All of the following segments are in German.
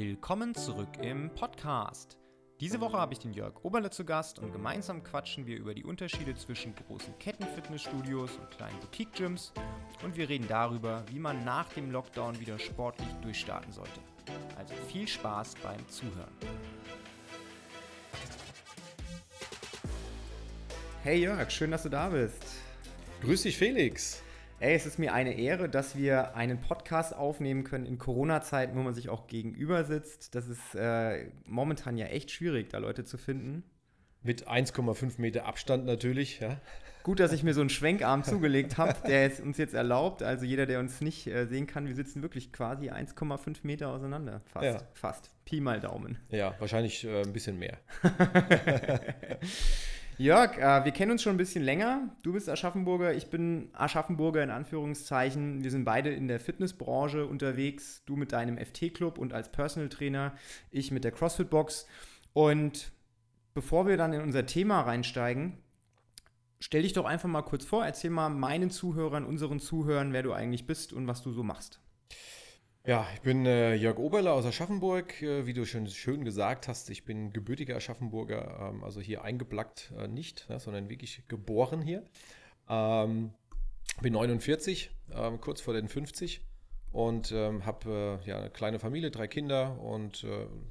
Willkommen zurück im Podcast. Diese Woche habe ich den Jörg Oberle zu Gast und gemeinsam quatschen wir über die Unterschiede zwischen großen Kettenfitnessstudios und kleinen Boutique-Gyms und wir reden darüber, wie man nach dem Lockdown wieder sportlich durchstarten sollte. Also viel Spaß beim Zuhören. Hey Jörg, schön, dass du da bist. Grüß dich, Felix. Ey, es ist mir eine Ehre, dass wir einen Podcast aufnehmen können in Corona-Zeiten, wo man sich auch gegenüber sitzt. Das ist momentan ja echt schwierig, da Leute zu finden. Mit 1,5 Meter Abstand natürlich, ja. Gut, dass ich mir so einen Schwenkarm zugelegt habe, der es uns jetzt erlaubt. Also jeder, der uns nicht sehen kann, wir sitzen wirklich quasi 1,5 Meter auseinander. Fast. Pi mal Daumen. Ja, wahrscheinlich ein bisschen mehr. Jörg, wir kennen uns schon ein bisschen länger. Du bist Aschaffenburger, ich bin Aschaffenburger in Anführungszeichen. Wir sind beide in der Fitnessbranche unterwegs. Du mit deinem FT-Club und als Personal Trainer, ich mit der CrossFit-Box. Und bevor wir dann in unser Thema reinsteigen, stell dich doch einfach mal kurz vor, erzähl mal meinen Zuhörern, unseren Zuhörern, wer du eigentlich bist und was du so machst. Ja, ich bin Jörg Oberle aus Aschaffenburg, wie du schon schön gesagt hast. Ich bin gebürtiger Aschaffenburger, also hier eingeblackt nicht, sondern wirklich geboren hier. Bin 49, kurz vor den 50 und habe eine kleine Familie, 3 Kinder und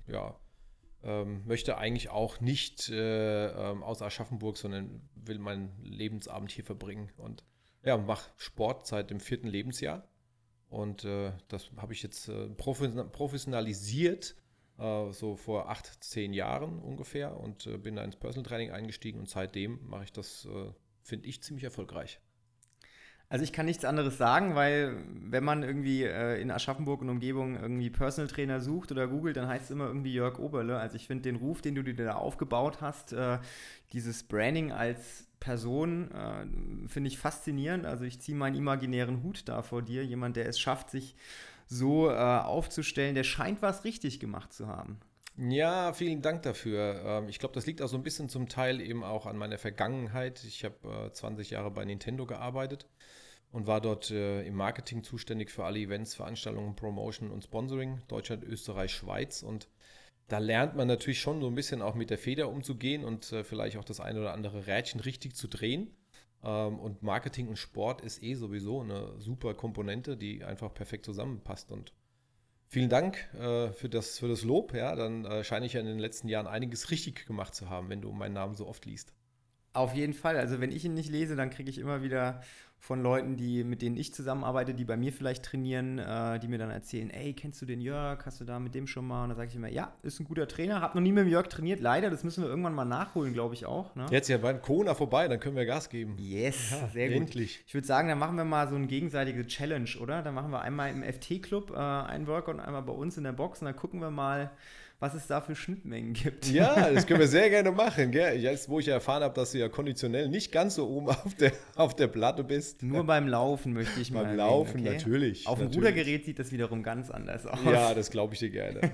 möchte eigentlich auch nicht aus Aschaffenburg, sondern will meinen Lebensabend hier verbringen und mache Sport seit dem 4. Lebensjahr. Und das habe ich jetzt professionalisiert, so vor 10 Jahren ungefähr und bin da ins Personal Training eingestiegen und seitdem mache ich das, finde ich, ziemlich erfolgreich. Also ich kann nichts anderes sagen, weil wenn man irgendwie in Aschaffenburg und Umgebung irgendwie Personal Trainer sucht oder googelt, dann heißt es immer irgendwie Jörg Oberle. Also ich finde den Ruf, den du dir da aufgebaut hast, dieses Branding als Person, finde ich faszinierend. Also ich ziehe meinen imaginären Hut da vor dir. Jemand, der es schafft, sich so aufzustellen, der scheint was richtig gemacht zu haben. Ja, vielen Dank dafür. Ich glaube, das liegt auch so ein bisschen zum Teil eben auch an meiner Vergangenheit. Ich habe 20 Jahre bei Nintendo gearbeitet und war dort im Marketing zuständig für alle Events, Veranstaltungen, Promotion und Sponsoring, Deutschland, Österreich, Schweiz. Und da lernt man natürlich schon so ein bisschen auch mit der Feder umzugehen und vielleicht auch das eine oder andere Rädchen richtig zu drehen. Und Marketing und Sport ist sowieso eine super Komponente, die einfach perfekt zusammenpasst. Und vielen Dank für das Lob. Ja, dann scheine ich ja in den letzten Jahren einiges richtig gemacht zu haben, wenn du meinen Namen so oft liest. Auf jeden Fall. Also wenn ich ihn nicht lese, dann kriege ich immer wieder von Leuten, mit denen ich zusammenarbeite, die bei mir vielleicht trainieren, die mir dann erzählen, ey, kennst du den Jörg? Hast du da mit dem schon mal? Und dann sage ich immer, ja, ist ein guter Trainer. Hab noch nie mit dem Jörg trainiert, leider. Das müssen wir irgendwann mal nachholen, glaube ich auch. Ne? Jetzt ja beim Corona vorbei, dann können wir Gas geben. Yes, ja, sehr gut. Endlich. Ich würde sagen, dann machen wir mal so eine gegenseitige Challenge, oder? Dann machen wir einmal im FT-Club einen Workout und einmal bei uns in der Box und dann gucken wir mal, was es da für Schnittmengen gibt. Ja, das können wir sehr gerne machen. Gell? Jetzt, wo ich ja erfahren habe, dass du ja konditionell nicht ganz so oben auf der Platte bist. Nur beim Laufen möchte ich mal erwähnen. Beim Laufen, okay? Natürlich. Auf dem Rudergerät sieht das wiederum ganz anders aus. Ja, das glaube ich dir gerne.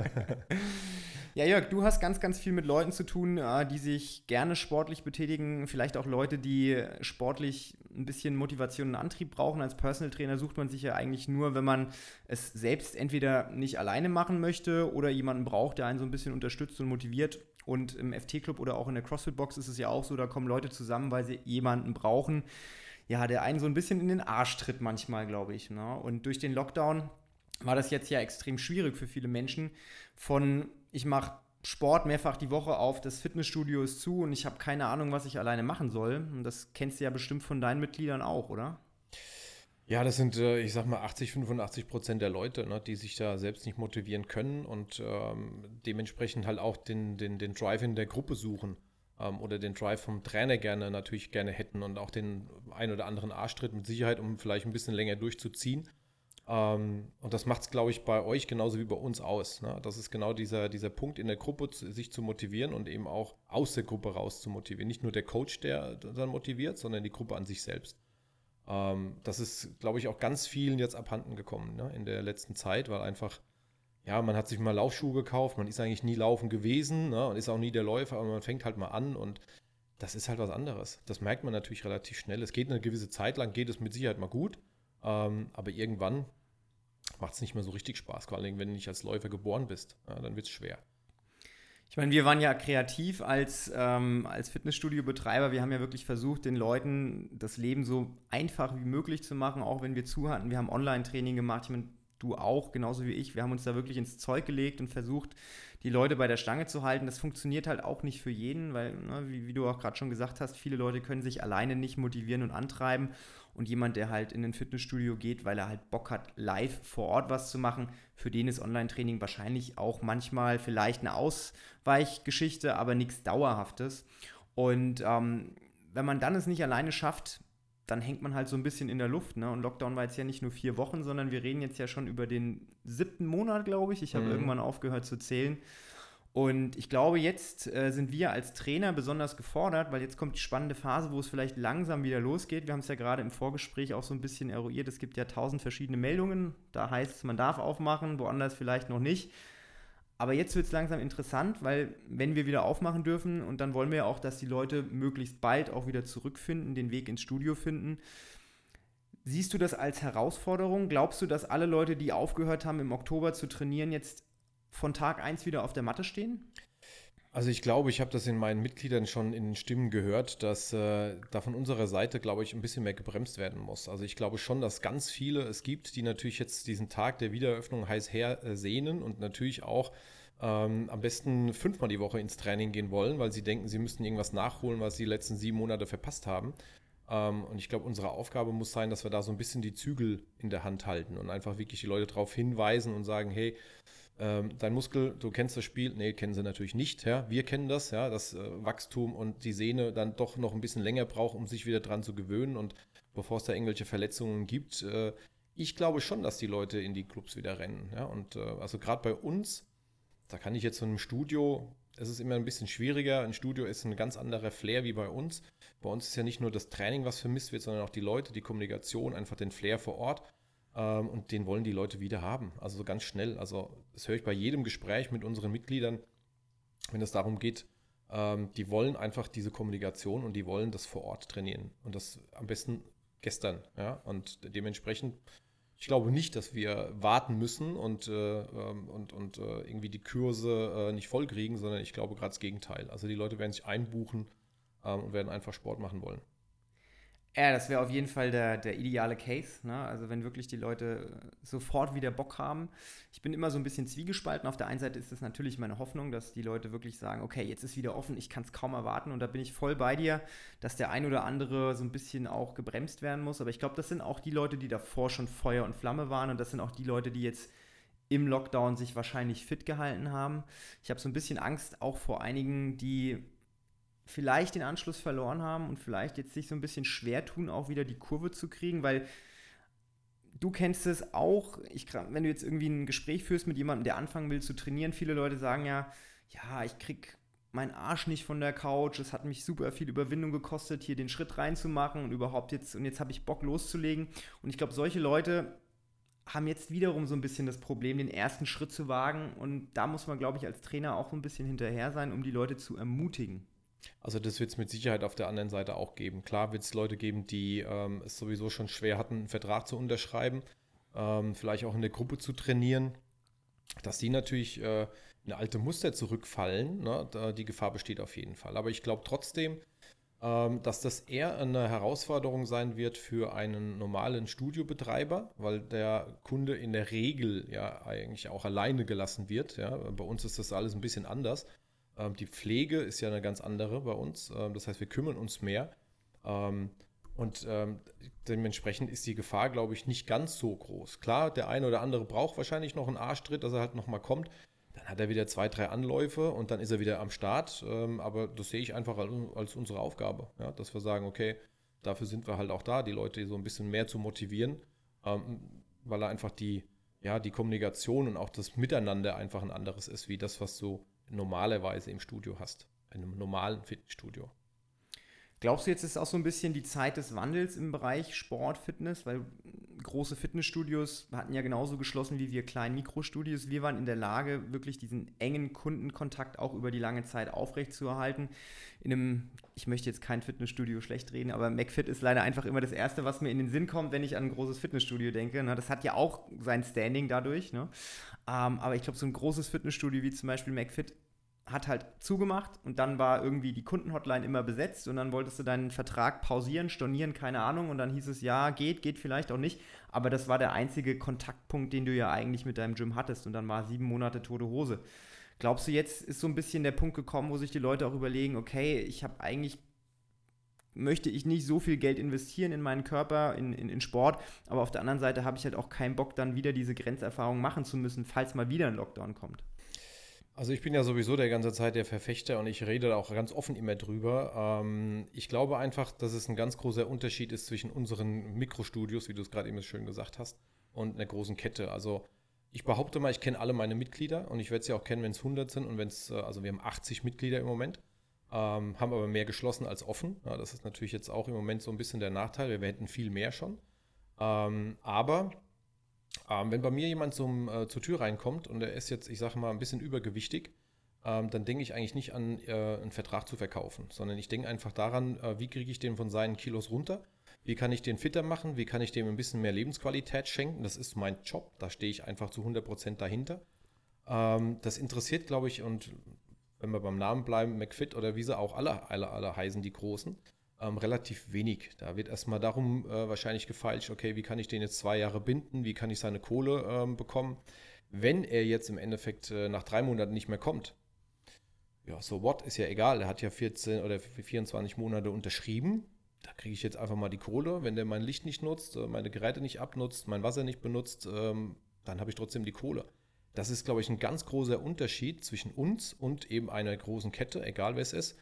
Ja, Jörg, du hast ganz, ganz viel mit Leuten zu tun, die sich gerne sportlich betätigen. Vielleicht auch Leute, die sportlich ein bisschen Motivation und Antrieb brauchen. Als Personal Trainer sucht man sich ja eigentlich nur, wenn man es selbst entweder nicht alleine machen möchte oder jemanden braucht, der einen so ein bisschen unterstützt und motiviert. Und im FT-Club oder auch in der CrossFit-Box ist es ja auch so, da kommen Leute zusammen, weil sie jemanden brauchen, ja, der einen so ein bisschen in den Arsch tritt manchmal, glaube ich. Ne? Und durch den Lockdown war das jetzt ja extrem schwierig für viele Menschen. Ich mache Sport mehrfach die Woche auf, das Fitnessstudio ist zu und ich habe keine Ahnung, was ich alleine machen soll. Und das kennst du ja bestimmt von deinen Mitgliedern auch, oder? Ja, das sind, ich sag mal, 85% der Leute, ne, die sich da selbst nicht motivieren können und dementsprechend halt auch den Drive in der Gruppe suchen oder den Drive vom Trainer natürlich gerne hätten und auch den ein oder anderen Arschtritt mit Sicherheit, um vielleicht ein bisschen länger durchzuziehen. Und das macht es, glaube ich, bei euch genauso wie bei uns aus. Ne? Das ist genau dieser Punkt in der Gruppe, sich zu motivieren und eben auch aus der Gruppe raus zu motivieren. Nicht nur der Coach, der dann motiviert, sondern die Gruppe an sich selbst. Das ist, glaube ich, auch ganz vielen jetzt abhanden gekommen, ne? In der letzten Zeit, weil einfach, ja, man hat sich mal Laufschuhe gekauft, man ist eigentlich nie laufen gewesen, ne? Und ist auch nie der Läufer, aber man fängt halt mal an und das ist halt was anderes. Das merkt man natürlich relativ schnell. Es geht eine gewisse Zeit lang, geht es mit Sicherheit mal gut. Aber irgendwann macht es nicht mehr so richtig Spaß. Vor allem, wenn du nicht als Läufer geboren bist, ja, dann wird es schwer. Ich meine, wir waren ja kreativ als Fitnessstudio-Betreiber. Wir haben ja wirklich versucht, den Leuten das Leben so einfach wie möglich zu machen, auch wenn wir zu hatten. Wir haben Online-Training gemacht. Ich meine, du auch, genauso wie ich. Wir haben uns da wirklich ins Zeug gelegt und versucht, die Leute bei der Stange zu halten. Das funktioniert halt auch nicht für jeden, weil, ne, wie du auch gerade schon gesagt hast, viele Leute können sich alleine nicht motivieren und antreiben. Und jemand, der halt in ein Fitnessstudio geht, weil er halt Bock hat, live vor Ort was zu machen, für den ist Online-Training wahrscheinlich auch manchmal vielleicht eine Ausweichgeschichte, aber nichts Dauerhaftes. Und wenn man dann es nicht alleine schafft, dann hängt man halt so ein bisschen in der Luft. Ne? Und Lockdown war jetzt ja nicht nur 4 Wochen, sondern wir reden jetzt ja schon über den 7. Monat, glaube ich. Ich habe irgendwann aufgehört zu zählen. Und ich glaube, jetzt sind wir als Trainer besonders gefordert, weil jetzt kommt die spannende Phase, wo es vielleicht langsam wieder losgeht. Wir haben es ja gerade im Vorgespräch auch so ein bisschen eruiert. Es gibt ja 1000 verschiedene Meldungen. Da heißt es, man darf aufmachen, woanders vielleicht noch nicht. Aber jetzt wird es langsam interessant, weil wenn wir wieder aufmachen dürfen, und dann wollen wir ja auch, dass die Leute möglichst bald auch wieder zurückfinden, den Weg ins Studio finden. Siehst du das als Herausforderung? Glaubst du, dass alle Leute, die aufgehört haben, im Oktober zu trainieren, jetzt von Tag 1 wieder auf der Matte stehen? Also ich glaube, ich habe das in meinen Mitgliedern schon in den Stimmen gehört, dass da von unserer Seite, glaube ich, ein bisschen mehr gebremst werden muss. Also ich glaube schon, dass ganz viele es gibt, die natürlich jetzt diesen Tag der Wiedereröffnung heiß her sehnen und natürlich auch am besten 5-mal die Woche ins Training gehen wollen, weil sie denken, sie müssten irgendwas nachholen, was sie die letzten 7 Monate verpasst haben. Und ich glaube, unsere Aufgabe muss sein, dass wir da so ein bisschen die Zügel in der Hand halten und einfach wirklich die Leute darauf hinweisen und sagen, hey, dein Muskel, du kennst das Spiel, nee, kennen sie natürlich nicht, ja, wir kennen das, ja, das Wachstum und die Sehne dann doch noch ein bisschen länger braucht, um sich wieder dran zu gewöhnen und bevor es da irgendwelche Verletzungen gibt, ich glaube schon, dass die Leute in die Clubs wieder rennen, ja, und also gerade bei uns, da kann ich jetzt so einem Studio, es ist immer ein bisschen schwieriger, ein Studio ist ein ganz anderer Flair wie bei uns ist ja nicht nur das Training, was vermisst wird, sondern auch die Leute, die Kommunikation, einfach den Flair vor Ort. Und den wollen die Leute wieder haben. Also so ganz schnell. Also das höre ich bei jedem Gespräch mit unseren Mitgliedern, wenn es darum geht, die wollen einfach diese Kommunikation und die wollen das vor Ort trainieren. Und das am besten gestern. Ja? Und dementsprechend, ich glaube nicht, dass wir warten müssen und irgendwie die Kurse nicht voll kriegen, sondern ich glaube gerade das Gegenteil. Also die Leute werden sich einbuchen und werden einfach Sport machen wollen. Ja, das wäre auf jeden Fall der ideale Case, ne? Also wenn wirklich die Leute sofort wieder Bock haben. Ich bin immer so ein bisschen zwiegespalten. Auf der einen Seite ist es natürlich meine Hoffnung, dass die Leute wirklich sagen, okay, jetzt ist wieder offen, ich kann es kaum erwarten. Und da bin ich voll bei dir, dass der ein oder andere so ein bisschen auch gebremst werden muss. Aber ich glaube, das sind auch die Leute, die davor schon Feuer und Flamme waren. Und das sind auch die Leute, die jetzt im Lockdown sich wahrscheinlich fit gehalten haben. Ich habe so ein bisschen Angst auch vor einigen, die vielleicht den Anschluss verloren haben und vielleicht jetzt sich so ein bisschen schwer tun, auch wieder die Kurve zu kriegen, weil du kennst es auch, wenn du jetzt irgendwie ein Gespräch führst mit jemandem, der anfangen will zu trainieren, viele Leute sagen ja, ich krieg meinen Arsch nicht von der Couch, es hat mich super viel Überwindung gekostet, hier den Schritt reinzumachen und jetzt habe ich Bock loszulegen. Und ich glaube, solche Leute haben jetzt wiederum so ein bisschen das Problem, den ersten Schritt zu wagen, und da muss man, glaube ich, als Trainer auch so ein bisschen hinterher sein, um die Leute zu ermutigen. Also das wird es mit Sicherheit auf der anderen Seite auch geben. Klar wird es Leute geben, die es sowieso schon schwer hatten, einen Vertrag zu unterschreiben, vielleicht auch in der Gruppe zu trainieren, dass die natürlich in alte Muster zurückfallen. Ne? Die Gefahr besteht auf jeden Fall. Aber ich glaube trotzdem, dass das eher eine Herausforderung sein wird für einen normalen Studiobetreiber, weil der Kunde in der Regel ja eigentlich auch alleine gelassen wird. Ja? Bei uns ist das alles ein bisschen anders. Die Pflege ist ja eine ganz andere bei uns. Das heißt, wir kümmern uns mehr. Und dementsprechend ist die Gefahr, glaube ich, nicht ganz so groß. Klar, der eine oder andere braucht wahrscheinlich noch einen Arschtritt, dass er halt nochmal kommt. Dann hat er wieder 2, 3 Anläufe und dann ist er wieder am Start. Aber das sehe ich einfach als unsere Aufgabe, ja, dass wir sagen, okay, dafür sind wir halt auch da, die Leute so ein bisschen mehr zu motivieren, weil er einfach die Kommunikation und auch das Miteinander einfach ein anderes ist, wie das, was du normalerweise im Studio hast, in einem normalen Fitnessstudio. Glaubst du, jetzt ist auch so ein bisschen die Zeit des Wandels im Bereich Sport, Fitness? Weil große Fitnessstudios hatten ja genauso geschlossen wie wir kleinen Mikrostudios. Wir waren in der Lage, wirklich diesen engen Kundenkontakt auch über die lange Zeit aufrechtzuerhalten. Ich möchte jetzt kein Fitnessstudio schlecht reden, aber McFit ist leider einfach immer das Erste, was mir in den Sinn kommt, wenn ich an ein großes Fitnessstudio denke. Das hat ja auch sein Standing dadurch. Ne? Aber ich glaube, so ein großes Fitnessstudio wie zum Beispiel McFit hat halt zugemacht und dann war irgendwie die Kundenhotline immer besetzt und dann wolltest du deinen Vertrag pausieren, stornieren, keine Ahnung, und dann hieß es, ja, geht vielleicht auch nicht, aber das war der einzige Kontaktpunkt, den du ja eigentlich mit deinem Gym hattest und dann war 7 Monate tote Hose. Glaubst du, jetzt ist so ein bisschen der Punkt gekommen, wo sich die Leute auch überlegen, okay, möchte ich nicht so viel Geld investieren in meinen Körper, in Sport, aber auf der anderen Seite habe ich halt auch keinen Bock, dann wieder diese Grenzerfahrung machen zu müssen, falls mal wieder ein Lockdown kommt. Also ich bin ja sowieso der ganze Zeit der Verfechter und ich rede da auch ganz offen immer drüber. Ich glaube einfach, dass es ein ganz großer Unterschied ist zwischen unseren Mikrostudios, wie du es gerade eben schön gesagt hast, und einer großen Kette. Also ich behaupte mal, ich kenne alle meine Mitglieder und ich werde sie auch kennen, wenn es 100 sind und also wir haben 80 Mitglieder im Moment, haben aber mehr geschlossen als offen. Ja, das ist natürlich jetzt auch im Moment so ein bisschen der Nachteil, wir hätten viel mehr schon. Aber wenn bei mir jemand zur Tür reinkommt und er ist jetzt, ich sage mal, ein bisschen übergewichtig, dann denke ich eigentlich nicht an, einen Vertrag zu verkaufen, sondern ich denke einfach daran, wie kriege ich den von seinen Kilos runter, wie kann ich den fitter machen, wie kann ich dem ein bisschen mehr Lebensqualität schenken. Das ist mein Job, da stehe ich einfach zu 100% dahinter. Das interessiert, glaube ich, und wenn wir beim Namen bleiben, McFit oder wie sie auch alle heißen, die Großen, relativ wenig. Da wird erstmal darum wahrscheinlich gefeilscht, okay, wie kann ich den jetzt 2 Jahre binden, wie kann ich seine Kohle bekommen. Wenn er jetzt im Endeffekt nach 3 Monaten nicht mehr kommt, ja, so what, ist ja egal, er hat ja 14 oder 24 Monate unterschrieben, da kriege ich jetzt einfach mal die Kohle. Wenn der mein Licht nicht nutzt, meine Geräte nicht abnutzt, mein Wasser nicht benutzt, dann habe ich trotzdem die Kohle. Das ist, glaube ich, ein ganz großer Unterschied zwischen uns und eben einer großen Kette, egal wer es ist,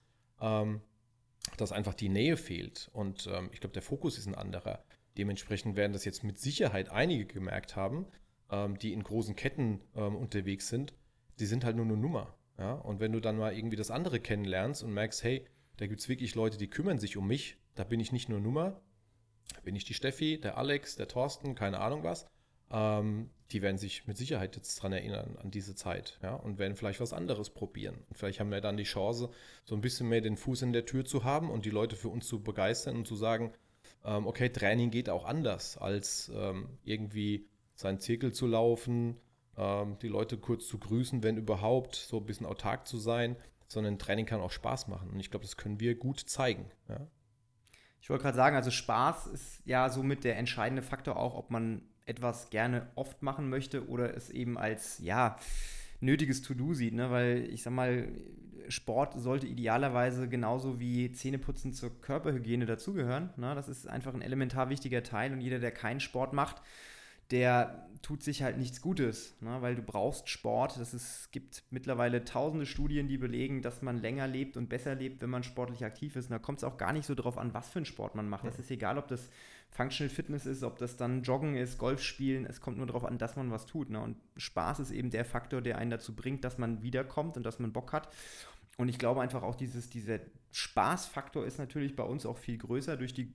dass einfach die Nähe fehlt. Und ich glaube, der Fokus ist ein anderer. Dementsprechend werden das jetzt mit Sicherheit einige gemerkt haben, die in großen Ketten unterwegs sind. Die sind halt nur eine Nummer. Ja? Und wenn du dann mal irgendwie das andere kennenlernst und merkst, hey, da gibt es wirklich Leute, die kümmern sich um mich, da bin ich nicht nur Nummer, da bin ich die Steffi, der Alex, der Thorsten, keine Ahnung was. Die werden sich mit Sicherheit jetzt dran erinnern, an diese Zeit, ja, und werden vielleicht was anderes probieren. Und vielleicht haben wir dann die Chance, so ein bisschen mehr den Fuß in der Tür zu haben und die Leute für uns zu begeistern und zu sagen, okay, Training geht auch anders, als irgendwie seinen Zirkel zu laufen, die Leute kurz zu grüßen, wenn überhaupt, so ein bisschen autark zu sein, sondern Training kann auch Spaß machen. Und ich glaube, das können wir gut zeigen, ja. Ich wollte gerade sagen, also Spaß ist ja somit der entscheidende Faktor auch, ob man etwas gerne oft machen möchte oder es eben als, ja, nötiges To-Do sieht, ne? Weil ich sag mal, Sport sollte idealerweise genauso wie Zähneputzen zur Körperhygiene dazugehören, ne? Das ist einfach ein elementar wichtiger Teil und jeder, der keinen Sport macht, der tut sich halt nichts Gutes, ne? Weil du brauchst Sport. Es gibt mittlerweile tausende Studien, die belegen, dass man länger lebt und besser lebt, wenn man sportlich aktiv ist. Und da kommt es auch gar nicht so drauf an, was für einen Sport man macht. Das ist egal, ob das Functional Fitness ist, ob das dann Joggen ist, Golf spielen. Es kommt nur darauf an, dass man was tut, ne? Und Spaß ist eben der Faktor, der einen dazu bringt, dass man wiederkommt und dass man Bock hat. Und ich glaube einfach auch, dieser Spaßfaktor ist natürlich bei uns auch viel größer durch die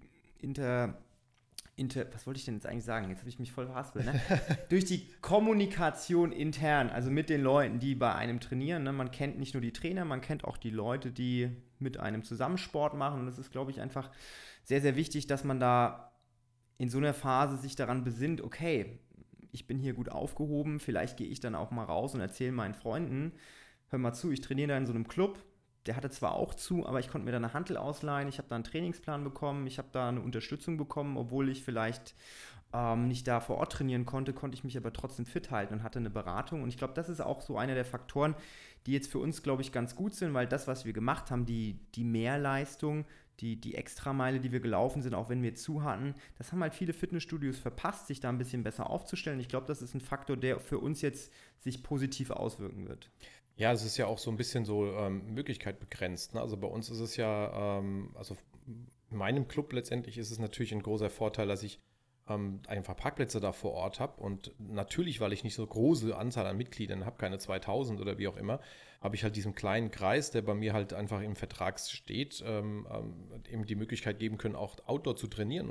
was wollte ich denn jetzt eigentlich sagen? Jetzt habe ich mich voll verhaspelt. Ne? Durch die Kommunikation intern, also mit den Leuten, die bei einem trainieren. Ne? Man kennt nicht nur die Trainer, man kennt auch die Leute, die mit einem zusammen Sport machen. Und das ist, glaube ich, einfach sehr, sehr wichtig, dass man da in so einer Phase sich daran besinnt, okay, ich bin hier gut aufgehoben, vielleicht gehe ich dann auch mal raus und erzähle meinen Freunden, hör mal zu, ich trainiere da in so einem Club. Der hatte zwar auch zu, aber ich konnte mir da eine Hantel ausleihen, ich habe da einen Trainingsplan bekommen, ich habe da eine Unterstützung bekommen, obwohl ich vielleicht nicht da vor Ort trainieren konnte, konnte ich mich aber trotzdem fit halten und hatte eine Beratung. Und ich glaube, das ist auch so einer der Faktoren, die jetzt für uns, glaube ich, ganz gut sind, weil das, was wir gemacht haben, die Mehrleistung, die Extrameile, die wir gelaufen sind, auch wenn wir zu hatten, das haben halt viele Fitnessstudios verpasst, sich da ein bisschen besser aufzustellen. Ich glaube, das ist ein Faktor, der für uns jetzt sich positiv auswirken wird. Ja, es ist ja auch so ein bisschen so Möglichkeit begrenzt. Ne? Also bei uns ist es ja, also in meinem Club letztendlich ist es natürlich ein großer Vorteil, dass ich einfach Parkplätze da vor Ort habe. Und natürlich, weil ich nicht so große Anzahl an Mitgliedern habe, keine 2000 oder wie auch immer, habe ich halt diesen kleinen Kreis, der bei mir halt einfach im Vertrag steht, eben die Möglichkeit geben können, auch Outdoor zu trainieren. Und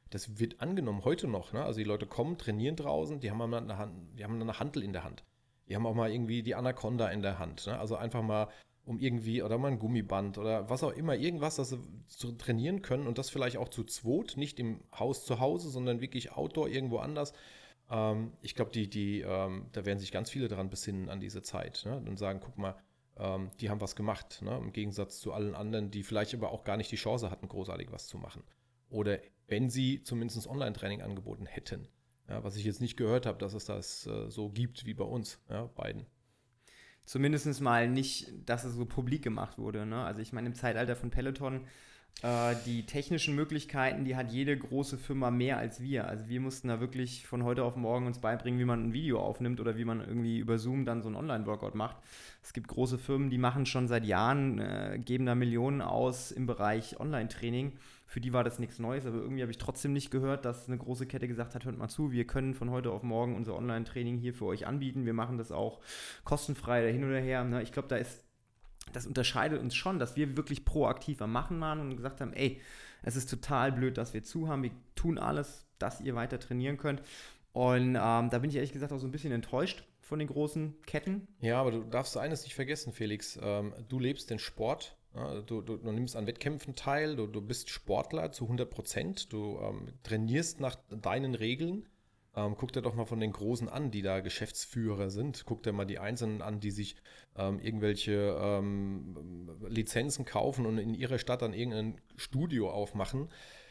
Das wird angenommen heute noch. Ne? Also die Leute kommen, trainieren draußen, die haben mal eine Hantel in der Hand. Die haben auch mal irgendwie die Anaconda in der Hand. Ne? Also einfach mal um irgendwie, oder mal ein Gummiband oder was auch immer, irgendwas, das sie zu trainieren können und das vielleicht auch zu zweit, nicht im Haus zu Hause, sondern wirklich outdoor irgendwo anders. Ich glaube, da werden sich ganz viele daran besinnen an diese Zeit, ne? Und sagen, guck mal, die haben was gemacht, ne? Im Gegensatz zu allen anderen, die vielleicht aber auch gar nicht die Chance hatten, großartig was zu machen. Oder wenn sie zumindest Online-Training angeboten hätten. Ja, was ich jetzt nicht gehört habe, dass es das so gibt wie bei uns, ja, beiden. Zumindest mal nicht, dass es so publik gemacht wurde. Ne? Also ich meine, im Zeitalter von Peloton, die technischen Möglichkeiten, die hat jede große Firma mehr als wir. Also wir mussten da wirklich von heute auf morgen uns beibringen, wie man ein Video aufnimmt oder wie man irgendwie über Zoom dann so einen Online-Workout macht. Es gibt große Firmen, die machen schon seit Jahren, geben da Millionen aus im Bereich Online-Training. Für die war das nichts Neues, aber irgendwie habe ich trotzdem nicht gehört, dass eine große Kette gesagt hat, hört mal zu, wir können von heute auf morgen unser Online-Training hier für euch anbieten. Wir machen das auch kostenfrei oder hin oder her. Ne? Ich glaube, das unterscheidet uns schon, dass wir wirklich proaktiv am Machen waren und gesagt haben, ey, es ist total blöd, dass wir zu haben. Wir tun alles, dass ihr weiter trainieren könnt. Und da bin ich ehrlich gesagt auch so ein bisschen enttäuscht von den großen Ketten. Ja, aber du darfst eines nicht vergessen, Felix. Du lebst den Sport. Ja, du nimmst an Wettkämpfen teil, du bist Sportler zu 100%, du trainierst nach deinen Regeln. Guck dir doch mal von den Großen an, die da Geschäftsführer sind. Guck dir mal die Einzelnen an, die sich irgendwelche Lizenzen kaufen und in ihrer Stadt dann irgendein Studio aufmachen.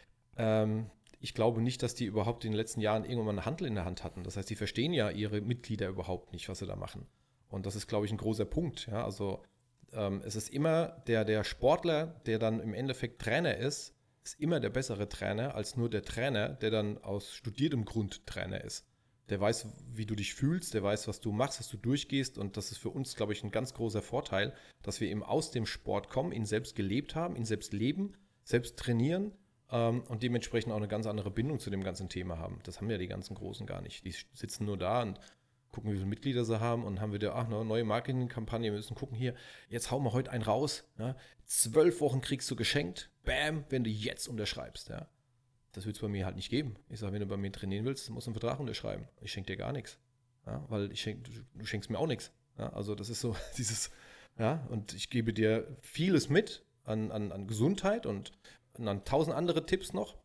Ich glaube nicht, dass die überhaupt in den letzten Jahren irgendwann mal eine Hantel in der Hand hatten. Das heißt, die verstehen ja ihre Mitglieder überhaupt nicht, was sie da machen. Und das ist, glaube ich, ein großer Punkt. Ja? Also es ist immer der Sportler, der dann im Endeffekt Trainer ist immer der bessere Trainer als nur der Trainer, der dann aus studiertem Grund Trainer ist. Der weiß, wie du dich fühlst, der weiß, was du machst, was du durchgehst und das ist für uns, glaube ich, ein ganz großer Vorteil, dass wir eben aus dem Sport kommen, ihn selbst gelebt haben, ihn selbst leben, selbst trainieren und dementsprechend auch eine ganz andere Bindung zu dem ganzen Thema haben. Das haben ja die ganzen Großen gar nicht. Die sitzen nur da und gucken, wie viele Mitglieder sie haben und haben wieder, eine neue Marketingkampagne, wir müssen gucken, hier, jetzt hauen wir heute einen raus, ja, 12 Wochen kriegst du geschenkt, bam, wenn du jetzt unterschreibst, ja. Das wird es bei mir halt nicht geben. Ich sage, wenn du bei mir trainieren willst, musst du einen Vertrag unterschreiben. Ich schenke dir gar nichts, ja, weil du schenkst mir auch nichts, ja. Also das ist so dieses, ja, und ich gebe dir vieles mit an Gesundheit und an 1000 andere Tipps noch.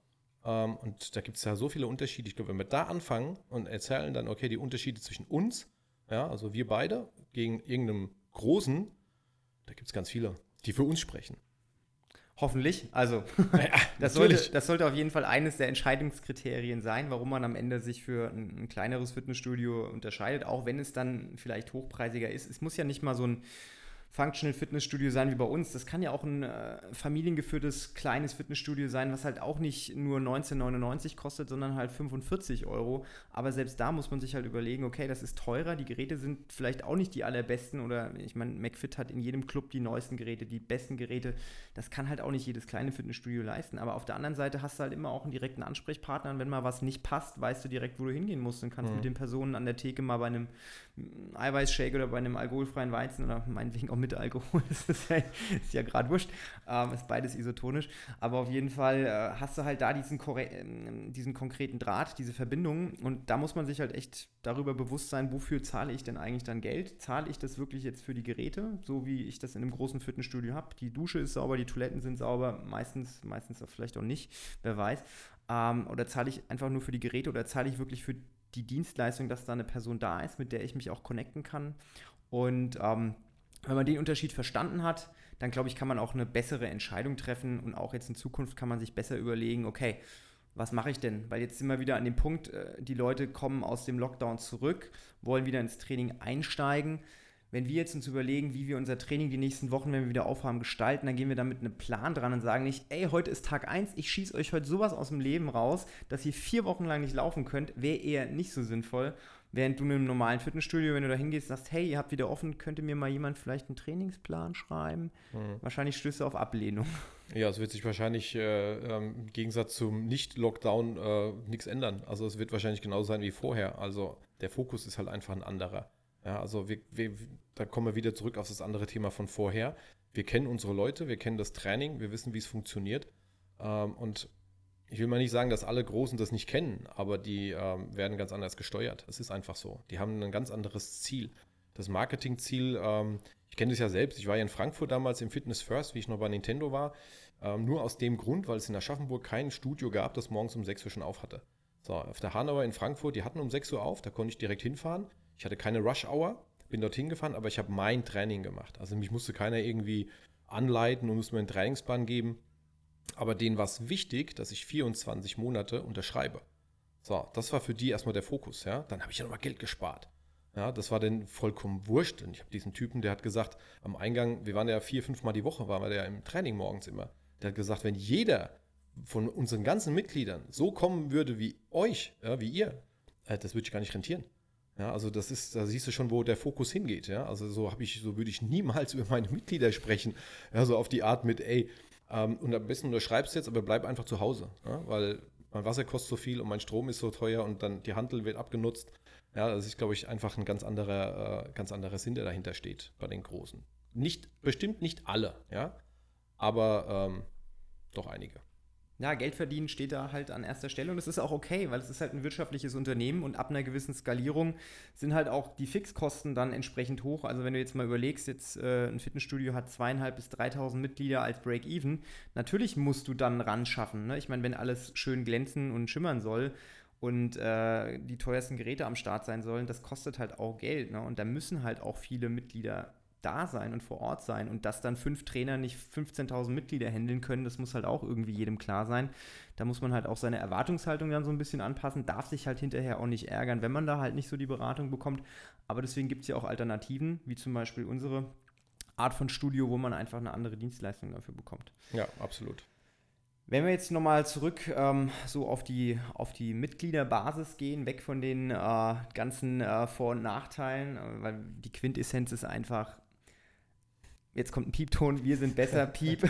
Und da gibt es ja so viele Unterschiede. Ich glaube, wenn wir da anfangen und erzählen dann, okay, die Unterschiede zwischen uns, ja, also wir beide, gegen irgendeinem Großen, da gibt es ganz viele, die für uns sprechen. Hoffentlich. Also, Ja, das sollte auf jeden Fall eines der Entscheidungskriterien sein, warum man am Ende sich für ein kleineres Fitnessstudio unterscheidet, auch wenn es dann vielleicht hochpreisiger ist. Es muss ja nicht mal so ein Functional Fitnessstudio sein wie bei uns. Das kann ja auch ein familiengeführtes kleines Fitnessstudio sein, was halt auch nicht nur 19,99 kostet, sondern halt 45 Euro. Aber selbst da muss man sich halt überlegen, okay, das ist teurer, die Geräte sind vielleicht auch nicht die allerbesten oder ich meine, McFit hat in jedem Club die neuesten Geräte, die besten Geräte. Das kann halt auch nicht jedes kleine Fitnessstudio leisten. Aber auf der anderen Seite hast du halt immer auch einen direkten Ansprechpartner und wenn mal was nicht passt, weißt du direkt, wo du hingehen musst und kannst mit den Personen an der Theke mal bei einem Eiweißshake oder bei einem alkoholfreien Weizen oder meinetwegen auch mit Alkohol, das ist ja gerade wurscht, ist beides isotonisch, aber auf jeden Fall hast du halt da diesen konkreten Draht, diese Verbindung und da muss man sich halt echt darüber bewusst sein, wofür zahle ich denn eigentlich dann Geld? Zahle ich das wirklich jetzt für die Geräte, so wie ich das in einem großen Fitnessstudio habe? Die Dusche ist sauber, die Toiletten sind sauber, meistens auch vielleicht auch nicht, wer weiß. Oder zahle ich einfach nur für die Geräte oder zahle ich wirklich für die Dienstleistung, dass da eine Person da ist, mit der ich mich auch connecten kann und wenn man den Unterschied verstanden hat, dann glaube ich, kann man auch eine bessere Entscheidung treffen und auch jetzt in Zukunft kann man sich besser überlegen, okay, was mache ich denn? Weil jetzt sind wir wieder an dem Punkt, die Leute kommen aus dem Lockdown zurück, wollen wieder ins Training einsteigen. Wenn wir jetzt uns überlegen, wie wir unser Training die nächsten Wochen, wenn wir wieder aufhaben, gestalten, dann gehen wir da mit einem Plan dran und sagen nicht, ey, heute ist Tag 1, ich schieße euch heute sowas aus dem Leben raus, dass ihr 4 Wochen lang nicht laufen könnt, wäre eher nicht so sinnvoll. Während du in einem normalen Fitnessstudio, wenn du da hingehst, sagst, hey, ihr habt wieder offen, könnte mir mal jemand vielleicht einen Trainingsplan schreiben? Wahrscheinlich stößt du auf Ablehnung. Ja, es wird sich wahrscheinlich im Gegensatz zum Nicht-Lockdown nichts ändern. Also es wird wahrscheinlich genauso sein wie vorher. Also der Fokus ist halt einfach ein anderer. Ja, also da kommen wir wieder zurück auf das andere Thema von vorher. Wir kennen unsere Leute, wir kennen das Training, wir wissen, wie es funktioniert. Und ich will mal nicht sagen, dass alle Großen das nicht kennen, aber die werden ganz anders gesteuert. Es ist einfach so. Die haben ein ganz anderes Ziel. Das Marketingziel, ich kenne das ja selbst, ich war ja in Frankfurt damals im Fitness First, wie ich noch bei Nintendo war, nur aus dem Grund, weil es in Aschaffenburg kein Studio gab, das morgens um 6 Uhr schon auf hatte. So, auf der Hanauer in Frankfurt, die hatten um 6 Uhr auf, da konnte ich direkt hinfahren. Ich hatte keine Rush-Hour, bin dorthin gefahren, aber ich habe mein Training gemacht. Also mich musste keiner irgendwie anleiten und musste mir einen Trainingsplan geben. Aber denen war es wichtig, dass ich 24 Monate unterschreibe. So, das war für die erstmal der Fokus. Ja? Dann habe ich ja nochmal Geld gespart. Ja, das war denen vollkommen wurscht. Und ich habe diesen Typen, der hat gesagt, am Eingang, wir waren ja 4-5 Mal die Woche, waren wir ja im Training morgens immer. Der hat gesagt, wenn jeder von unseren ganzen Mitgliedern so kommen würde wie euch, ja, wie ihr, das würde ich gar nicht rentieren. Ja, also da siehst du schon, wo der Fokus hingeht. Ja? Also so würde ich niemals über meine Mitglieder sprechen. Ja, so auf die Art mit, ey, und am besten unterschreibst jetzt, aber bleib einfach zu Hause. Ja? Weil mein Wasser kostet so viel und mein Strom ist so teuer und dann die Hantel wird abgenutzt. Ja, das ist, glaube ich, einfach ein ganz anderer Sinn, der dahinter steht bei den Großen. Bestimmt nicht alle, ja, aber doch einige. Ja, Geld verdienen steht da halt an erster Stelle und es ist auch okay, weil es ist halt ein wirtschaftliches Unternehmen und ab einer gewissen Skalierung sind halt auch die Fixkosten dann entsprechend hoch. Also wenn du jetzt mal überlegst, ein Fitnessstudio hat 2.500 bis 3.000 Mitglieder als Break-Even, natürlich musst du dann ran schaffen. Ne? Ich meine, wenn alles schön glänzen und schimmern soll und die teuersten Geräte am Start sein sollen, das kostet halt auch Geld. Ne? Und da müssen halt auch viele Mitglieder da sein und vor Ort sein und dass dann 5 Trainer nicht 15.000 Mitglieder handeln können, das muss halt auch irgendwie jedem klar sein. Da muss man halt auch seine Erwartungshaltung dann so ein bisschen anpassen, darf sich halt hinterher auch nicht ärgern, wenn man da halt nicht so die Beratung bekommt. Aber deswegen gibt es ja auch Alternativen, wie zum Beispiel unsere Art von Studio, wo man einfach eine andere Dienstleistung dafür bekommt. Ja, absolut. Wenn wir jetzt nochmal zurück so auf die Mitgliederbasis gehen, weg von den ganzen Vor- und Nachteilen, weil die Quintessenz ist einfach, jetzt kommt ein Piepton, wir sind besser, Piep.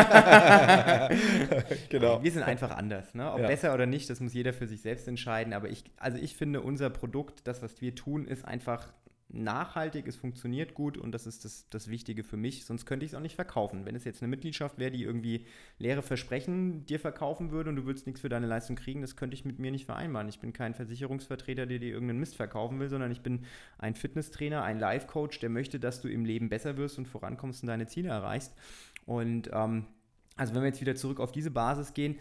Genau. Wir sind einfach anders. Ne? Ob besser oder nicht, das muss jeder für sich selbst entscheiden. Aber ich finde, unser Produkt, das, was wir tun, ist einfach nachhaltig, es funktioniert gut und das ist das Wichtige für mich. Sonst könnte ich es auch nicht verkaufen. Wenn es jetzt eine Mitgliedschaft wäre, die irgendwie leere Versprechen dir verkaufen würde und du würdest nichts für deine Leistung kriegen, das könnte ich mit mir nicht vereinbaren. Ich bin kein Versicherungsvertreter, der dir irgendeinen Mist verkaufen will, sondern ich bin ein Fitnesstrainer, ein Life-Coach, der möchte, dass du im Leben besser wirst und vorankommst und deine Ziele erreichst. Und also wenn wir jetzt wieder zurück auf diese Basis gehen,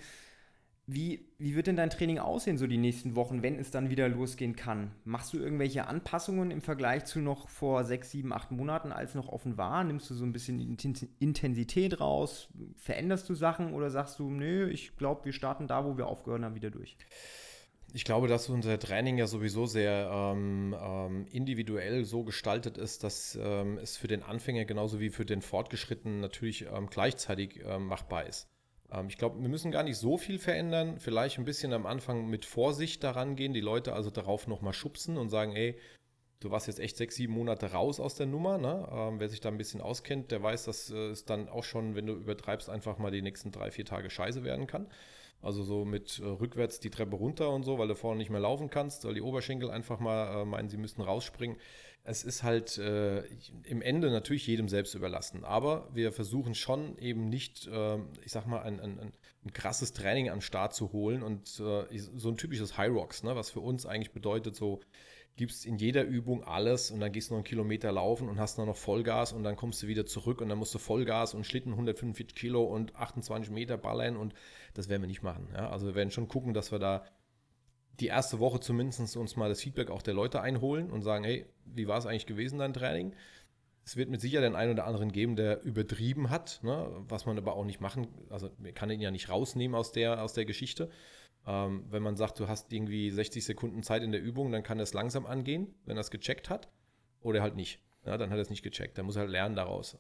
wie wird denn dein Training aussehen, so die nächsten Wochen, wenn es dann wieder losgehen kann? Machst du irgendwelche Anpassungen im Vergleich zu noch vor 6, 7, 8 Monaten, als noch offen war? Nimmst du so ein bisschen Intensität raus? Veränderst du Sachen oder sagst du, nö, ich glaube, wir starten da, wo wir aufgehört haben, wieder durch? Ich glaube, dass unser Training ja sowieso sehr individuell so gestaltet ist, dass es für den Anfänger genauso wie für den Fortgeschrittenen natürlich gleichzeitig machbar ist. Ich glaube, wir müssen gar nicht so viel verändern, vielleicht ein bisschen am Anfang mit Vorsicht daran gehen, die Leute also darauf nochmal schubsen und sagen, ey, du warst jetzt echt 6, 7 Monate raus aus der Nummer, ne? Wer sich da ein bisschen auskennt, der weiß, dass es dann auch schon, wenn du übertreibst, einfach mal die nächsten 3, 4 Tage scheiße werden kann. Also so mit rückwärts die Treppe runter und so, weil du vorne nicht mehr laufen kannst, weil die Oberschenkel einfach mal meinen, sie müssten rausspringen. Es ist halt im Ende natürlich jedem selbst überlassen. Aber wir versuchen schon eben nicht, ich sag mal, ein krasses Training an den Start zu holen und so ein typisches High Rocks, ne, was für uns eigentlich bedeutet, so gibst in jeder Übung alles und dann gehst du noch einen Kilometer laufen und hast noch Vollgas und dann kommst du wieder zurück und dann musst du Vollgas und Schlitten 145 Kilo und 28 Meter ballern und das werden wir nicht machen. Ja? Also wir werden schon gucken, dass wir da die erste Woche zumindest uns mal das Feedback auch der Leute einholen und sagen, hey, wie war es eigentlich gewesen, dein Training? Es wird mit Sicherheit den einen oder anderen geben, der übertrieben hat, ne? Was man aber auch nicht machen, also man kann ihn ja nicht rausnehmen aus der Geschichte. Wenn man sagt, du hast irgendwie 60 Sekunden Zeit in der Übung, dann kann er es langsam angehen, wenn er es gecheckt hat, oder halt nicht. Ja, dann hat er es nicht gecheckt, dann muss er halt lernen daraus.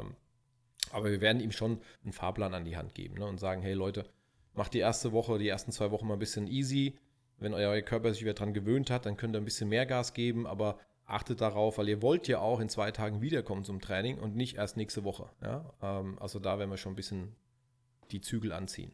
Aber wir werden ihm schon einen Fahrplan an die Hand geben, ne? Und sagen, hey Leute, macht die ersten 2 Wochen mal ein bisschen easy. Wenn euer Körper sich wieder dran gewöhnt hat, dann könnt ihr ein bisschen mehr Gas geben, aber achtet darauf, weil ihr wollt ja auch in 2 Tagen wiederkommen zum Training und nicht erst nächste Woche. Ja? Also da werden wir schon ein bisschen die Zügel anziehen.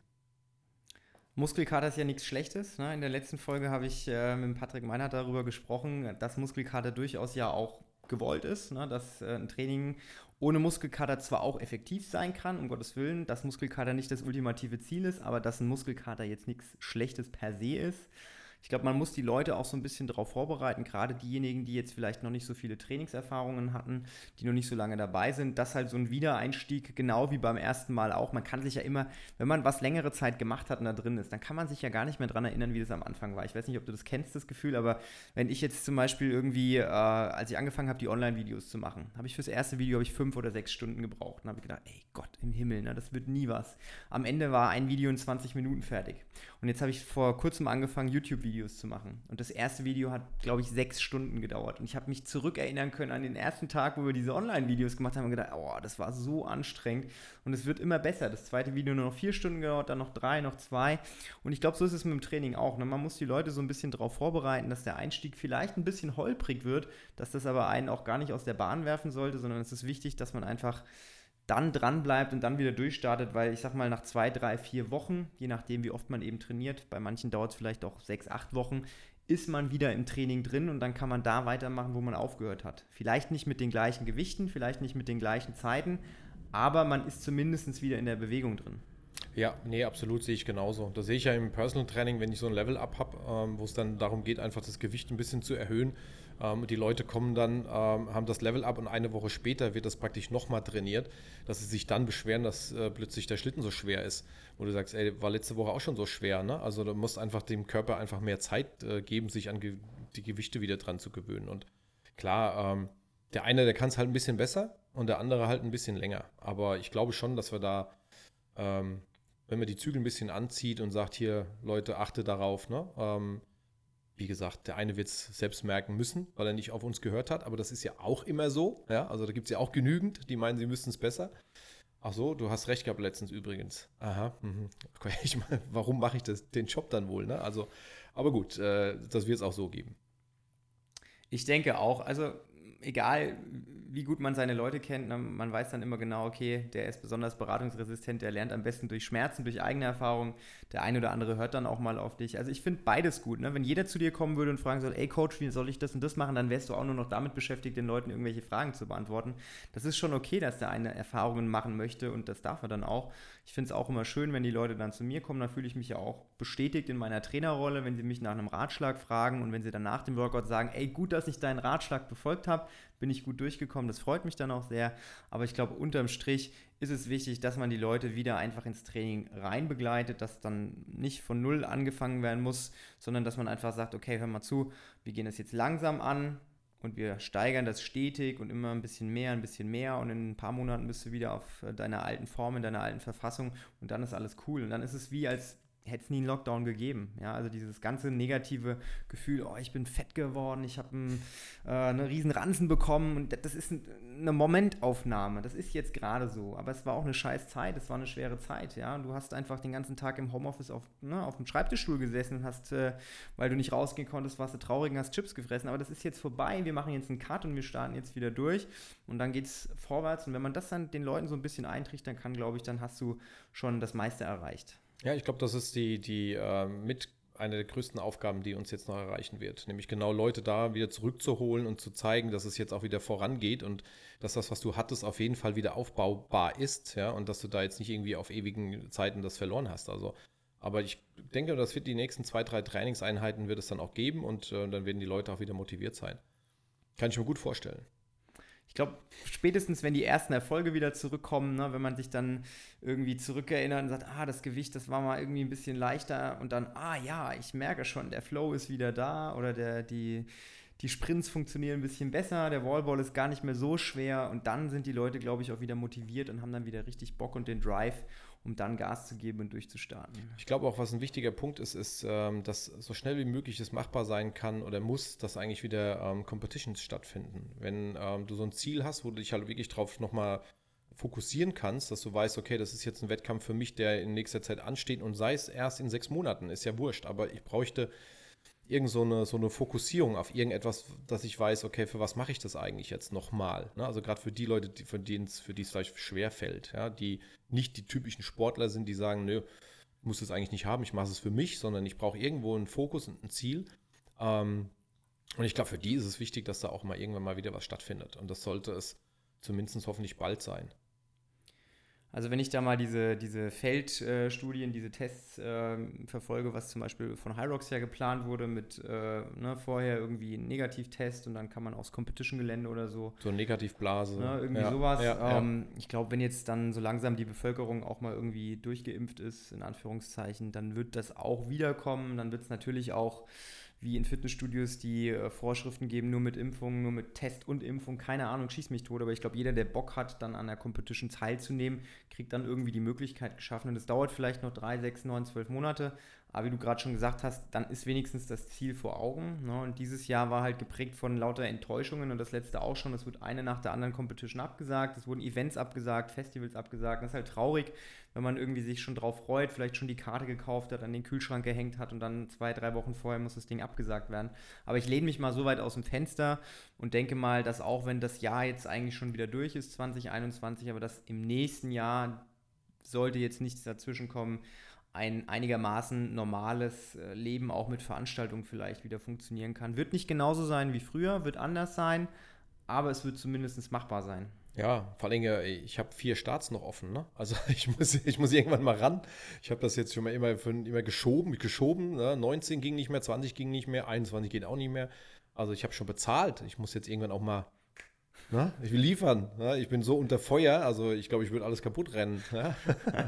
Muskelkater ist ja nichts Schlechtes. Ne? In der letzten Folge habe ich mit Patrick Meinert darüber gesprochen, dass Muskelkater durchaus ja auch gewollt ist, ne? Dass ein Training ohne Muskelkater zwar auch effektiv sein kann, um Gottes Willen, dass Muskelkater nicht das ultimative Ziel ist, aber dass ein Muskelkater jetzt nichts Schlechtes per se ist. Ich glaube, man muss die Leute auch so ein bisschen darauf vorbereiten, gerade diejenigen, die jetzt vielleicht noch nicht so viele Trainingserfahrungen hatten, die noch nicht so lange dabei sind, dass halt so ein Wiedereinstieg, genau wie beim ersten Mal auch, man kann sich ja immer, wenn man was längere Zeit gemacht hat und da drin ist, dann kann man sich ja gar nicht mehr dran erinnern, wie das am Anfang war. Ich weiß nicht, ob du das kennst, das Gefühl, aber wenn ich jetzt zum Beispiel irgendwie, als ich angefangen habe, die Online-Videos zu machen, habe ich fürs erste Video 5 oder 6 Stunden gebraucht. Dann habe ich gedacht, ey Gott im Himmel, ne, das wird nie was. Am Ende war ein Video in 20 Minuten fertig. Und jetzt habe ich vor kurzem angefangen, YouTube-Videos zu machen. Und das erste Video hat, glaube ich, 6 Stunden gedauert. Und ich habe mich zurückerinnern können an den ersten Tag, wo wir diese Online-Videos gemacht haben und gedacht, oh, das war so anstrengend. Und es wird immer besser. Das zweite Video nur noch 4 Stunden gedauert, dann noch 3, noch 2. Und ich glaube, so ist es mit dem Training auch. Ne? Man muss die Leute so ein bisschen darauf vorbereiten, dass der Einstieg vielleicht ein bisschen holprig wird, dass das aber einen auch gar nicht aus der Bahn werfen sollte, sondern es ist wichtig, dass man einfach dann dran bleibt und dann wieder durchstartet, weil ich sag mal, nach 2, 3, 4 Wochen, je nachdem wie oft man eben trainiert, bei manchen dauert es vielleicht auch 6, 8 Wochen, ist man wieder im Training drin und dann kann man da weitermachen, wo man aufgehört hat. Vielleicht nicht mit den gleichen Gewichten, vielleicht nicht mit den gleichen Zeiten, aber man ist zumindest wieder in der Bewegung drin. Ja, nee, absolut, sehe ich genauso. Das sehe ich ja im Personal Training, wenn ich so ein Level-Up habe, wo es dann darum geht, einfach das Gewicht ein bisschen zu erhöhen. Die Leute kommen dann, haben das Level-Up und eine Woche später wird das praktisch nochmal trainiert, dass sie sich dann beschweren, dass plötzlich der Schlitten so schwer ist. Wo du sagst, ey, war letzte Woche auch schon so schwer, ne? Also du musst einfach dem Körper einfach mehr Zeit geben, sich an die Gewichte wieder dran zu gewöhnen. Und klar, der eine, der kann es halt ein bisschen besser und der andere halt ein bisschen länger. Aber ich glaube schon, dass wir da wenn man die Zügel ein bisschen anzieht und sagt, hier, Leute, achte darauf, ne? Wie gesagt, der eine wird es selbst merken müssen, weil er nicht auf uns gehört hat, aber das ist ja auch immer so, ja? Also da gibt es ja auch genügend, die meinen, sie müssten es besser. Ach so, du hast recht gehabt letztens übrigens. Aha, okay, ich meine, warum mache ich den Job dann wohl, ne? Also, aber gut, das wird es auch so geben. Ich denke auch, also egal wie gut man seine Leute kennt, ne, man weiß dann immer genau, okay, der ist besonders beratungsresistent, der lernt am besten durch Schmerzen, durch eigene Erfahrung. Der eine oder andere hört dann auch mal auf dich. Also ich finde beides gut. Ne? Wenn jeder zu dir kommen würde und fragen soll, ey Coach, wie soll ich das und das machen, dann wärst du auch nur noch damit beschäftigt, den Leuten irgendwelche Fragen zu beantworten. Das ist schon okay, dass der eine Erfahrungen machen möchte und das darf er dann auch. Ich finde es auch immer schön, wenn die Leute dann zu mir kommen, dann fühle ich mich ja auch bestätigt in meiner Trainerrolle, wenn sie mich nach einem Ratschlag fragen und wenn sie dann nach dem Workout sagen, ey, gut, dass ich deinen Ratschlag befolgt habe, bin ich gut durchgekommen, das freut mich dann auch sehr, aber ich glaube, unterm Strich ist es wichtig, dass man die Leute wieder einfach ins Training rein begleitet, dass dann nicht von null angefangen werden muss, sondern dass man einfach sagt, okay, hör mal zu, wir gehen das jetzt langsam an und wir steigern das stetig und immer ein bisschen mehr und in ein paar Monaten bist du wieder auf deiner alten Form, in deiner alten Verfassung und dann ist alles cool und dann ist es wie als hätte es nie einen Lockdown gegeben. Ja, also dieses ganze negative Gefühl, oh, ich bin fett geworden, ich habe eine riesen Ranzen bekommen und das ist eine Momentaufnahme. Das ist jetzt gerade so. Aber es war auch eine scheiß Zeit, es war eine schwere Zeit. Ja, und du hast einfach den ganzen Tag im Homeoffice auf dem Schreibtischstuhl gesessen und hast, weil du nicht rausgehen konntest, warst du traurig und hast Chips gefressen. Aber das ist jetzt vorbei, wir machen jetzt einen Cut und wir starten jetzt wieder durch und dann geht es vorwärts. Und wenn man das dann den Leuten so ein bisschen eintrichtern kann, glaube ich, dann hast du schon das meiste erreicht. Ja, ich glaube, das ist die mit eine der größten Aufgaben, die uns jetzt noch erreichen wird. Nämlich genau Leute da wieder zurückzuholen und zu zeigen, dass es jetzt auch wieder vorangeht und dass das, was du hattest, auf jeden Fall wieder aufbaubar ist, ja, und dass du da jetzt nicht irgendwie auf ewigen Zeiten das verloren hast. Also, aber ich denke, das wird die nächsten 2, 3 Trainingseinheiten wird es dann auch geben und dann werden die Leute auch wieder motiviert sein. Kann ich mir gut vorstellen. Ich glaube, spätestens wenn die ersten Erfolge wieder zurückkommen, ne, wenn man sich dann irgendwie zurückerinnert und sagt, das Gewicht, das war mal irgendwie ein bisschen leichter und dann, ja, ich merke schon, der Flow ist wieder da oder die Sprints funktionieren ein bisschen besser, der Wallball ist gar nicht mehr so schwer und dann sind die Leute, glaube ich, auch wieder motiviert und haben dann wieder richtig Bock und den Drive, um dann Gas zu geben und durchzustarten. Ich glaube auch, was ein wichtiger Punkt ist, dass so schnell wie möglich es machbar sein kann oder muss, dass eigentlich wieder Competitions stattfinden. Wenn du so ein Ziel hast, wo du dich halt wirklich drauf nochmal fokussieren kannst, dass du weißt, okay, das ist jetzt ein Wettkampf für mich, der in nächster Zeit ansteht und sei es erst in 6 Monaten, ist ja wurscht, aber ich bräuchte irgend so eine Fokussierung auf irgendetwas, dass ich weiß, okay, für was mache ich das eigentlich jetzt nochmal? Ne? Also gerade für die Leute, für die es vielleicht schwer fällt, ja? Die nicht die typischen Sportler sind, die sagen, nö, ich muss das eigentlich nicht haben, ich mache es für mich, sondern ich brauche irgendwo einen Fokus und ein Ziel. Und ich glaube, für die ist es wichtig, dass da auch mal irgendwann mal wieder was stattfindet. Und das sollte es zumindest hoffentlich bald sein. Also wenn ich da mal diese Feldstudien, diese Tests verfolge, was zum Beispiel von Hyrox ja geplant wurde mit vorher irgendwie ein Negativtest und dann kann man aufs Competition-Gelände oder so. So eine Negativblase. Irgendwie sowas. Ich glaube, wenn jetzt dann so langsam die Bevölkerung auch mal irgendwie durchgeimpft ist, in Anführungszeichen, dann wird das auch wiederkommen. Dann wird es natürlich auch wie in Fitnessstudios die Vorschriften geben, nur mit Impfung, nur mit Test und Impfung, keine Ahnung, schieß mich tot, aber ich glaube, jeder, der Bock hat, dann an der Competition teilzunehmen, kriegt dann irgendwie die Möglichkeit geschaffen und es dauert vielleicht noch 3, 6, 9, 12 Monate, aber wie du gerade schon gesagt hast, dann ist wenigstens das Ziel vor Augen, ne? Und dieses Jahr war halt geprägt von lauter Enttäuschungen und das letzte auch schon, es wird eine nach der anderen Competition abgesagt, es wurden Events abgesagt, Festivals abgesagt, das ist halt traurig, wenn man irgendwie sich schon drauf freut, vielleicht schon die Karte gekauft hat, an den Kühlschrank gehängt hat und dann 2, 3 Wochen vorher muss das Ding abgesagt werden. Aber ich lehne mich mal so weit aus dem Fenster und denke mal, dass auch wenn das Jahr jetzt eigentlich schon wieder durch ist, 2021, aber dass im nächsten Jahr sollte jetzt nichts dazwischen kommen, ein einigermaßen normales Leben auch mit Veranstaltungen vielleicht wieder funktionieren kann. Wird nicht genauso sein wie früher, wird anders sein, aber es wird zumindest machbar sein. Ja, vor allem, ich habe 4 Starts noch offen, ne? Also ich muss irgendwann mal ran. Ich habe das jetzt schon mal immer geschoben, ne? 19 ging nicht mehr, 20 ging nicht mehr, 21 geht auch nicht mehr. Also ich habe schon bezahlt. Ich muss jetzt irgendwann auch mal, ne? Ich will liefern. Ne? Ich bin so unter Feuer, also ich glaube, ich würde alles kaputt rennen. Ne?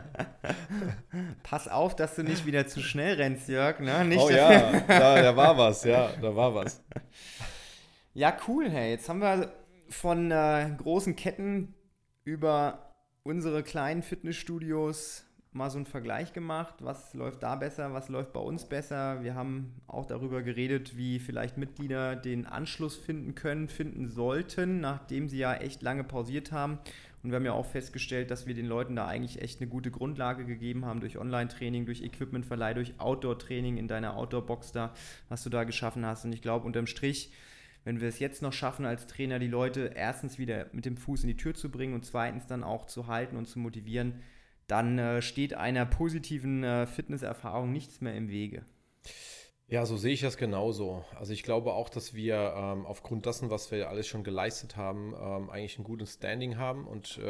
Pass auf, dass du nicht wieder zu schnell rennst, Jörg. Ne? Nicht oh ja, da war was, ja, da war was. Ja, cool, hey. Jetzt haben wir von großen Ketten über unsere kleinen Fitnessstudios mal so einen Vergleich gemacht. Was läuft da besser, was läuft bei uns besser? Wir haben auch darüber geredet, wie vielleicht Mitglieder den Anschluss finden sollten, nachdem sie ja echt lange pausiert haben. Und wir haben ja auch festgestellt, dass wir den Leuten da eigentlich echt eine gute Grundlage gegeben haben durch Online-Training, durch Equipmentverleih, durch Outdoor-Training in deiner Outdoor-Box da, was du da geschaffen hast. Und ich glaube, unterm Strich, wenn wir es jetzt noch schaffen, als Trainer die Leute erstens wieder mit dem Fuß in die Tür zu bringen und zweitens dann auch zu halten und zu motivieren, dann steht einer positiven Fitnesserfahrung nichts mehr im Wege. Ja, so sehe ich das genauso. Also ich glaube auch, dass wir aufgrund dessen, was wir alles schon geleistet haben, eigentlich ein gutes Standing haben. Und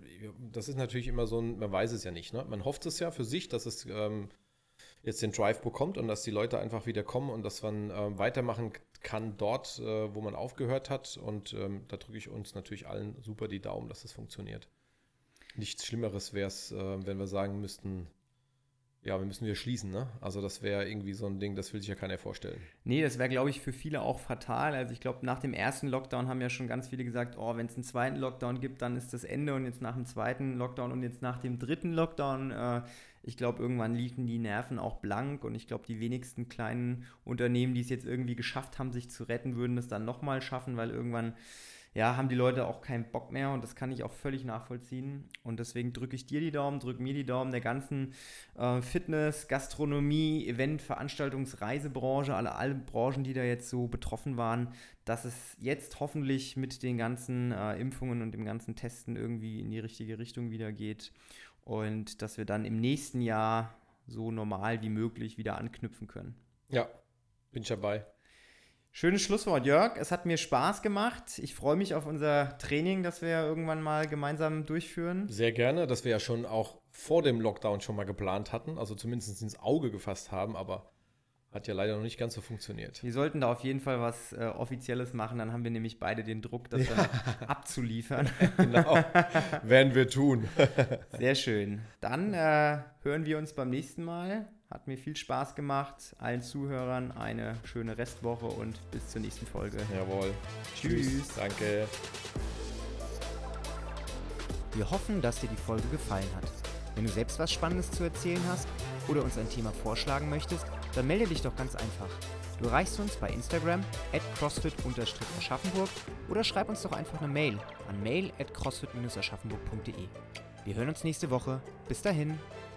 das ist natürlich immer so man weiß es ja nicht. Ne? Man hofft es ja für sich, dass es jetzt den Drive bekommt und dass die Leute einfach wieder kommen und dass man weitermachen kann dort, wo man aufgehört hat. Und da drücke ich uns natürlich allen super die Daumen, dass das funktioniert. Nichts Schlimmeres wäre es, wenn wir sagen müssten, ja, wir müssen wieder schließen, ne? Also das wäre irgendwie so ein Ding, das will sich ja keiner vorstellen. Nee, das wäre, glaube ich, für viele auch fatal. Also ich glaube, nach dem ersten Lockdown haben ja schon ganz viele gesagt, oh, wenn es einen zweiten Lockdown gibt, dann ist das Ende und jetzt nach dem zweiten Lockdown und jetzt nach dem dritten Lockdown, ich glaube, irgendwann liegen die Nerven auch blank und ich glaube, die wenigsten kleinen Unternehmen, die es jetzt irgendwie geschafft haben, sich zu retten, würden das dann nochmal schaffen, weil irgendwann haben die Leute auch keinen Bock mehr und das kann ich auch völlig nachvollziehen. Und deswegen drücke ich dir die Daumen, drücke mir die Daumen, der ganzen Fitness-, Gastronomie-, Event-, Veranstaltungs-, Reisebranche, alle Branchen, die da jetzt so betroffen waren, dass es jetzt hoffentlich mit den ganzen Impfungen und dem ganzen Testen irgendwie in die richtige Richtung wieder geht und dass wir dann im nächsten Jahr so normal wie möglich wieder anknüpfen können. Ja, bin ich dabei. Schönes Schlusswort, Jörg. Es hat mir Spaß gemacht. Ich freue mich auf unser Training, das wir irgendwann mal gemeinsam durchführen. Sehr gerne, das wir ja schon auch vor dem Lockdown schon mal geplant hatten, also zumindest ins Auge gefasst haben, aber hat ja leider noch nicht ganz so funktioniert. Wir sollten da auf jeden Fall was Offizielles machen, dann haben wir nämlich beide den Druck, das dann abzuliefern. Genau, werden wir tun. Sehr schön. Dann hören wir uns beim nächsten Mal. Hat mir viel Spaß gemacht. Allen Zuhörern eine schöne Restwoche und bis zur nächsten Folge. Jawohl. Tschüss. Danke. Wir hoffen, dass dir die Folge gefallen hat. Wenn du selbst was Spannendes zu erzählen hast oder uns ein Thema vorschlagen möchtest, dann melde dich doch ganz einfach. Du erreichst uns bei Instagram @crossfit_aschaffenburg oder schreib uns doch einfach eine Mail an mail@crossfit-aschaffenburg.de. Wir hören uns nächste Woche. Bis dahin.